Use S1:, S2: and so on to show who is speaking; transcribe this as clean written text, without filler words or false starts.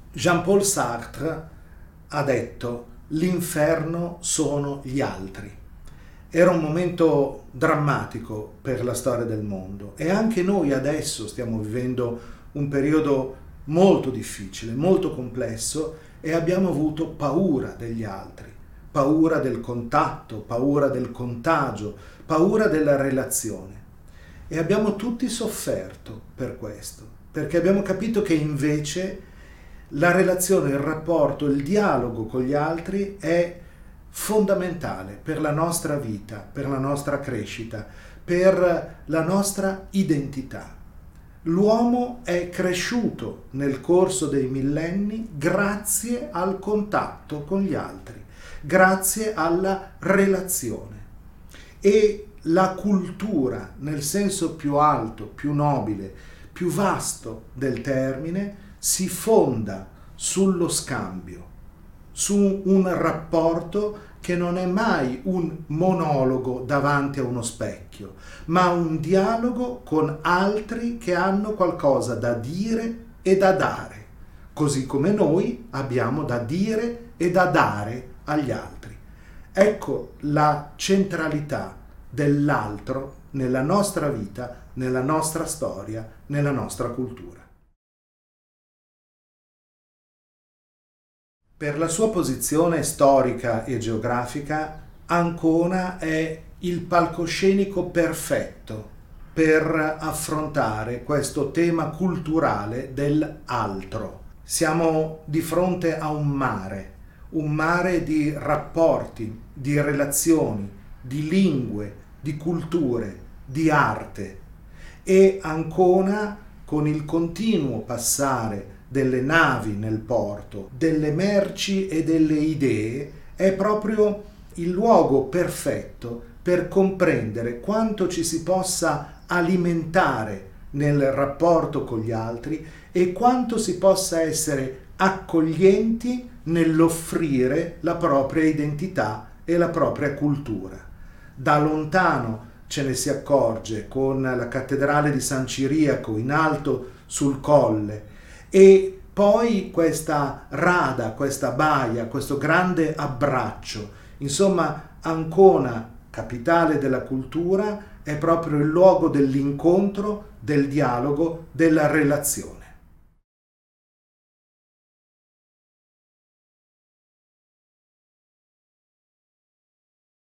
S1: Jean-Paul Sartre ha detto: l'inferno sono gli altri. Era un momento drammatico per la storia del mondo e anche noi adesso stiamo vivendo un periodo molto difficile, molto complesso e abbiamo avuto paura degli altri, paura del contatto, paura del contagio, paura della relazione. E abbiamo tutti sofferto per questo, perché abbiamo capito che invece la relazione, il rapporto, il dialogo con gli altri è fondamentale per la nostra vita, per la nostra crescita, per la nostra identità. L'uomo è cresciuto nel corso dei millenni grazie al contatto con gli altri, grazie alla relazione. E la cultura, nel senso più alto, più nobile, più vasto del termine, si fonda sullo scambio, su un rapporto che non è mai un monologo davanti a uno specchio, ma un dialogo con altri che hanno qualcosa da dire e da dare, così come noi abbiamo da dire e da dare agli altri. Ecco la centralità dell'altro nella nostra vita, nella nostra storia, nella nostra cultura. Per la sua posizione storica e geografica, Ancona è il palcoscenico perfetto per affrontare questo tema culturale dell'altro. Siamo di fronte a un mare di rapporti, di relazioni, di lingue, di culture, di arte. E Ancona, con il continuo passare delle navi nel porto, delle merci e delle idee, è proprio il luogo perfetto per comprendere quanto ci si possa alimentare nel rapporto con gli altri e quanto si possa essere accoglienti nell'offrire la propria identità e la propria cultura. Da lontano ce ne si accorge con la cattedrale di San Ciriaco in alto sul colle e poi questa rada, questa baia, questo grande abbraccio. Insomma, Ancona, capitale della cultura, è proprio il luogo dell'incontro, del dialogo, della relazione.